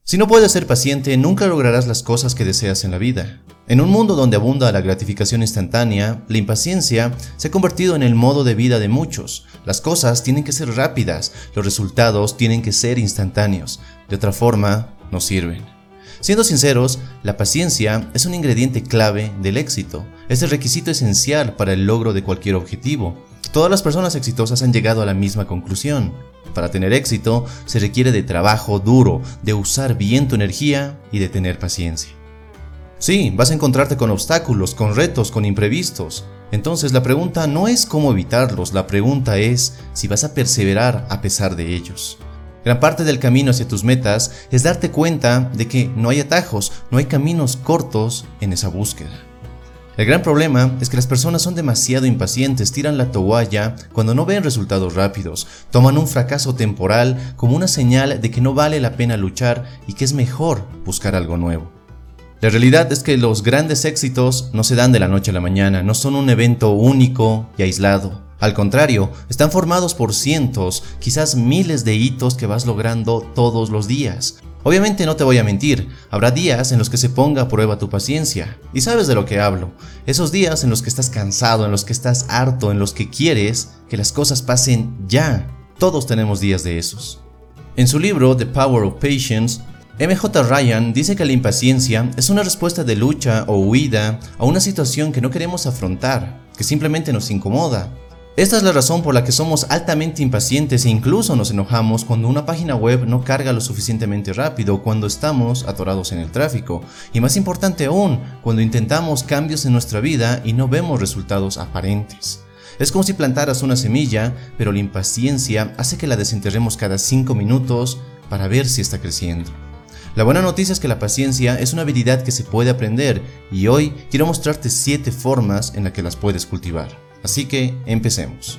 Si no puedes ser paciente, nunca lograrás las cosas que deseas en la vida. En un mundo donde abunda la gratificación instantánea, la impaciencia se ha convertido en el modo de vida de muchos. Las cosas tienen que ser rápidas, los resultados tienen que ser instantáneos. De otra forma, no sirven. Siendo sinceros, la paciencia es un ingrediente clave del éxito. Es el requisito esencial para el logro de cualquier objetivo. Todas las personas exitosas han llegado a la misma conclusión. Para tener éxito, se requiere de trabajo duro, de usar bien tu energía y de tener paciencia. Sí, vas a encontrarte con obstáculos, con retos, con imprevistos. Entonces la pregunta no es cómo evitarlos, la pregunta es si vas a perseverar a pesar de ellos. Gran parte del camino hacia tus metas es darte cuenta de que no hay atajos, no hay caminos cortos en esa búsqueda. El gran problema es que las personas son demasiado impacientes, tiran la toalla cuando no ven resultados rápidos, toman un fracaso temporal como una señal de que no vale la pena luchar y que es mejor buscar algo nuevo. La realidad es que los grandes éxitos no se dan de la noche a la mañana, no son un evento único y aislado. Al contrario, están formados por cientos, quizás miles de hitos que vas logrando todos los días. Obviamente no te voy a mentir, habrá días en los que se ponga a prueba tu paciencia, y sabes de lo que hablo. Esos días en los que estás cansado, en los que estás harto, en los que quieres que las cosas pasen ya. Todos tenemos días de esos. En su libro The Power of Patience, M.J. Ryan dice que la impaciencia es una respuesta de lucha o huida a una situación que no queremos afrontar, que simplemente nos incomoda. Esta es la razón por la que somos altamente impacientes e incluso nos enojamos cuando una página web no carga lo suficientemente rápido o cuando estamos atorados en el tráfico. Y más importante aún, cuando intentamos cambios en nuestra vida y no vemos resultados aparentes. Es como si plantaras una semilla, pero la impaciencia hace que la desenterremos cada 5 minutos para ver si está creciendo. La buena noticia es que la paciencia es una habilidad que se puede aprender y hoy quiero mostrarte 7 formas en las que las puedes cultivar. Así que empecemos.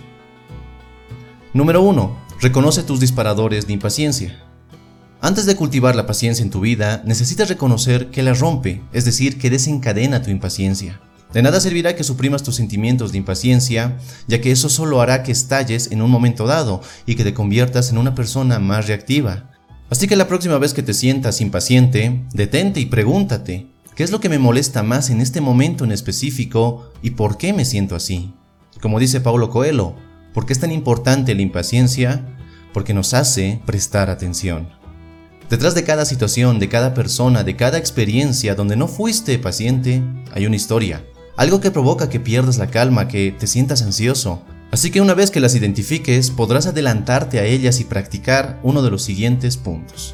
Número 1. Reconoce tus disparadores de impaciencia. Antes de cultivar la paciencia en tu vida, necesitas reconocer qué la rompe, es decir, que desencadena tu impaciencia. De nada servirá que suprimas tus sentimientos de impaciencia, ya que eso solo hará que estalles en un momento dado y que te conviertas en una persona más reactiva. Así que la próxima vez que te sientas impaciente, detente y pregúntate, ¿qué es lo que me molesta más en este momento en específico y por qué me siento así? Como dice Paulo Coelho, ¿por qué es tan importante la impaciencia? Porque nos hace prestar atención. Detrás de cada situación, de cada persona, de cada experiencia donde no fuiste paciente, hay una historia. Algo que provoca que pierdas la calma, que te sientas ansioso. Así que una vez que las identifiques, podrás adelantarte a ellas y practicar uno de los siguientes puntos.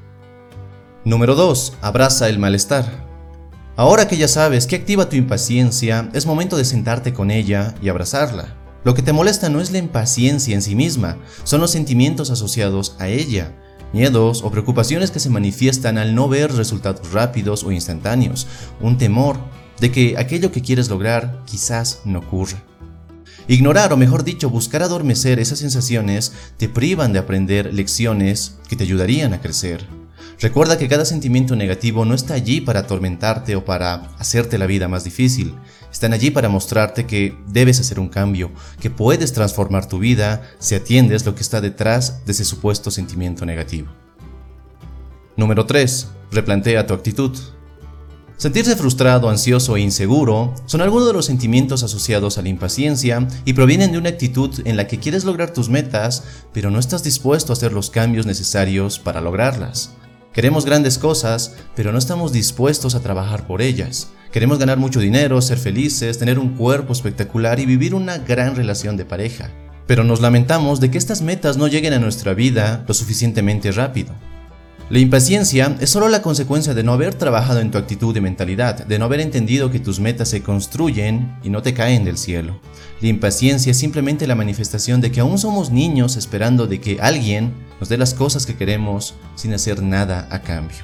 Número 2. Abraza el malestar. Ahora que ya sabes qué activa tu impaciencia, es momento de sentarte con ella y abrazarla. Lo que te molesta no es la impaciencia en sí misma, son los sentimientos asociados a ella, miedos o preocupaciones que se manifiestan al no ver resultados rápidos o instantáneos, un temor de que aquello que quieres lograr quizás no ocurra. Ignorar, o mejor dicho, buscar adormecer esas sensaciones te privan de aprender lecciones que te ayudarían a crecer. Recuerda que cada sentimiento negativo no está allí para atormentarte o para hacerte la vida más difícil. Están allí para mostrarte que debes hacer un cambio, que puedes transformar tu vida si atiendes lo que está detrás de ese supuesto sentimiento negativo. Número 3. Replantea tu actitud. Sentirse frustrado, ansioso e inseguro son algunos de los sentimientos asociados a la impaciencia y provienen de una actitud en la que quieres lograr tus metas, pero no estás dispuesto a hacer los cambios necesarios para lograrlas. Queremos grandes cosas, pero no estamos dispuestos a trabajar por ellas. Queremos ganar mucho dinero, ser felices, tener un cuerpo espectacular y vivir una gran relación de pareja. Pero nos lamentamos de que estas metas no lleguen a nuestra vida lo suficientemente rápido. La impaciencia es solo la consecuencia de no haber trabajado en tu actitud y mentalidad, de no haber entendido que tus metas se construyen y no te caen del cielo. La impaciencia es simplemente la manifestación de que aún somos niños esperando de que alguien nos dé las cosas que queremos sin hacer nada a cambio.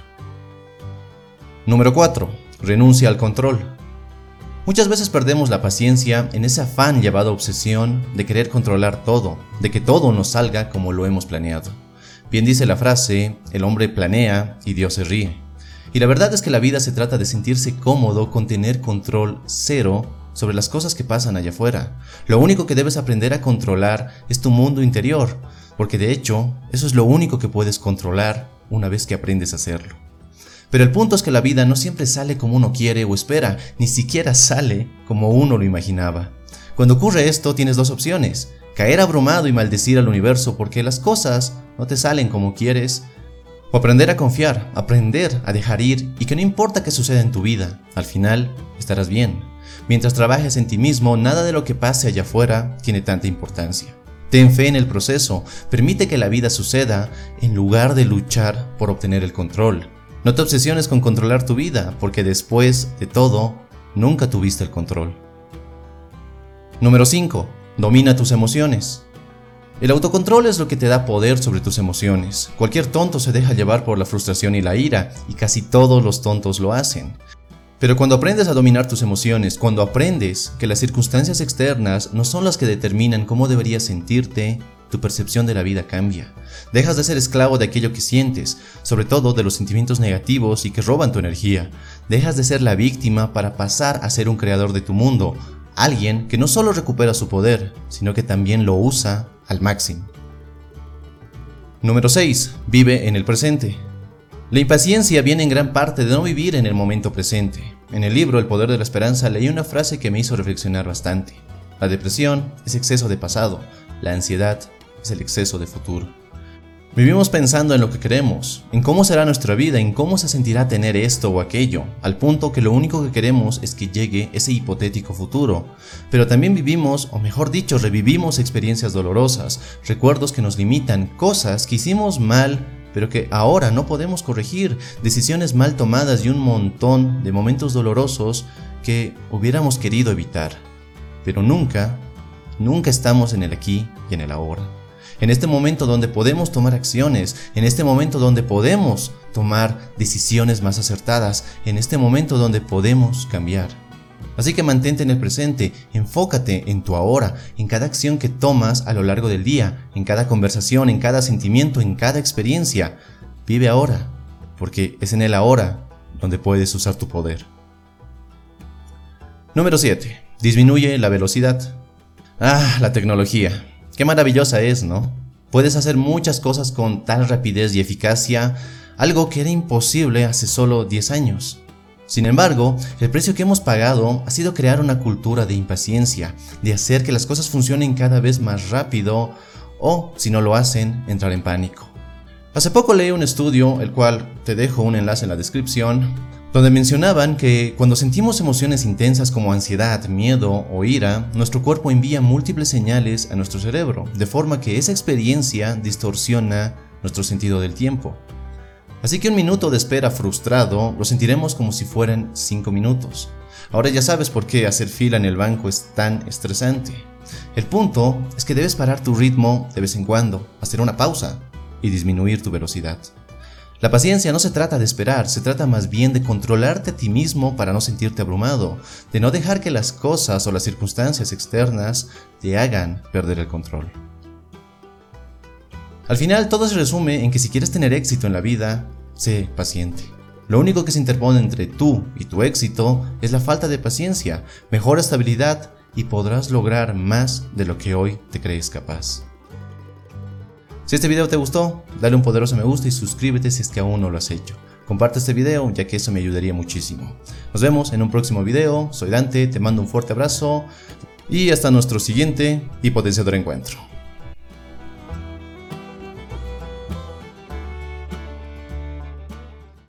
Número 4. Renuncia al control. Muchas veces perdemos la paciencia en ese afán llevado a obsesión de querer controlar todo, de que todo nos salga como lo hemos planeado. Bien dice la frase, el hombre planea y Dios se ríe. Y la verdad es que la vida se trata de sentirse cómodo con tener control cero sobre las cosas que pasan allá afuera. Lo único que debes aprender a controlar es tu mundo interior, porque de hecho, eso es lo único que puedes controlar una vez que aprendes a hacerlo. Pero el punto es que la vida no siempre sale como uno quiere o espera, ni siquiera sale como uno lo imaginaba. Cuando ocurre esto tienes dos opciones: caer abrumado y maldecir al universo porque las cosas no te salen como quieres, o aprender a confiar, aprender a dejar ir y que no importa qué suceda en tu vida, al final estarás bien. Mientras trabajes en ti mismo, nada de lo que pase allá afuera tiene tanta importancia. Ten fe en el proceso, permite que la vida suceda en lugar de luchar por obtener el control. No te obsesiones con controlar tu vida, porque después de todo, nunca tuviste el control. Número 5. Domina tus emociones. El autocontrol es lo que te da poder sobre tus emociones. Cualquier tonto se deja llevar por la frustración y la ira, y casi todos los tontos lo hacen. Pero cuando aprendes a dominar tus emociones, cuando aprendes que las circunstancias externas no son las que determinan cómo deberías sentirte, tu percepción de la vida cambia. Dejas de ser esclavo de aquello que sientes, sobre todo de los sentimientos negativos y que roban tu energía. Dejas de ser la víctima para pasar a ser un creador de tu mundo, alguien que no solo recupera su poder, sino que también lo usa al máximo. Número 6. Vive en el presente. La impaciencia viene en gran parte de no vivir en el momento presente. En el libro El poder de la esperanza leí una frase que me hizo reflexionar bastante. La depresión es exceso de pasado, la ansiedad es el exceso de futuro. Vivimos pensando en lo que queremos, en cómo será nuestra vida, en cómo se sentirá tener esto o aquello, al punto que lo único que queremos es que llegue ese hipotético futuro. Pero también vivimos, o mejor dicho, revivimos experiencias dolorosas, recuerdos que nos limitan, cosas que hicimos mal, pero que ahora no podemos corregir, decisiones mal tomadas y un montón de momentos dolorosos que hubiéramos querido evitar. Pero nunca estamos en el aquí y en el ahora. En este momento donde podemos tomar acciones, en este momento donde podemos tomar decisiones más acertadas, en este momento donde podemos cambiar. Así que mantente en el presente, enfócate en tu ahora, en cada acción que tomas a lo largo del día, en cada conversación, en cada sentimiento, en cada experiencia. Vive ahora, porque es en el ahora donde puedes usar tu poder. Número 7. Disminuye la velocidad. La tecnología. Qué maravillosa es, ¿no? Puedes hacer muchas cosas con tal rapidez y eficacia, algo que era imposible hace solo 10 años. Sin embargo, el precio que hemos pagado ha sido crear una cultura de impaciencia, de hacer que las cosas funcionen cada vez más rápido o, si no lo hacen, entrar en pánico. Hace poco leí un estudio, el cual te dejo un enlace en la descripción, donde mencionaban que cuando sentimos emociones intensas como ansiedad, miedo o ira, nuestro cuerpo envía múltiples señales a nuestro cerebro, de forma que esa experiencia distorsiona nuestro sentido del tiempo. Así que un minuto de espera frustrado lo sentiremos como si fueran 5 minutos. Ahora ya sabes por qué hacer fila en el banco es tan estresante. El punto es que debes parar tu ritmo de vez en cuando, hacer una pausa y disminuir tu velocidad. La paciencia no se trata de esperar, se trata más bien de controlarte a ti mismo para no sentirte abrumado, de no dejar que las cosas o las circunstancias externas te hagan perder el control. Al final todo se resume en que si quieres tener éxito en la vida, sé paciente. Lo único que se interpone entre tú y tu éxito es la falta de paciencia. Mejora estabilidad y podrás lograr más de lo que hoy te crees capaz. Si este video te gustó, dale un poderoso me gusta y suscríbete si es que aún no lo has hecho. Comparte este video ya que eso me ayudaría muchísimo. Nos vemos en un próximo video, soy Dante, te mando un fuerte abrazo y hasta nuestro siguiente y potenciador encuentro.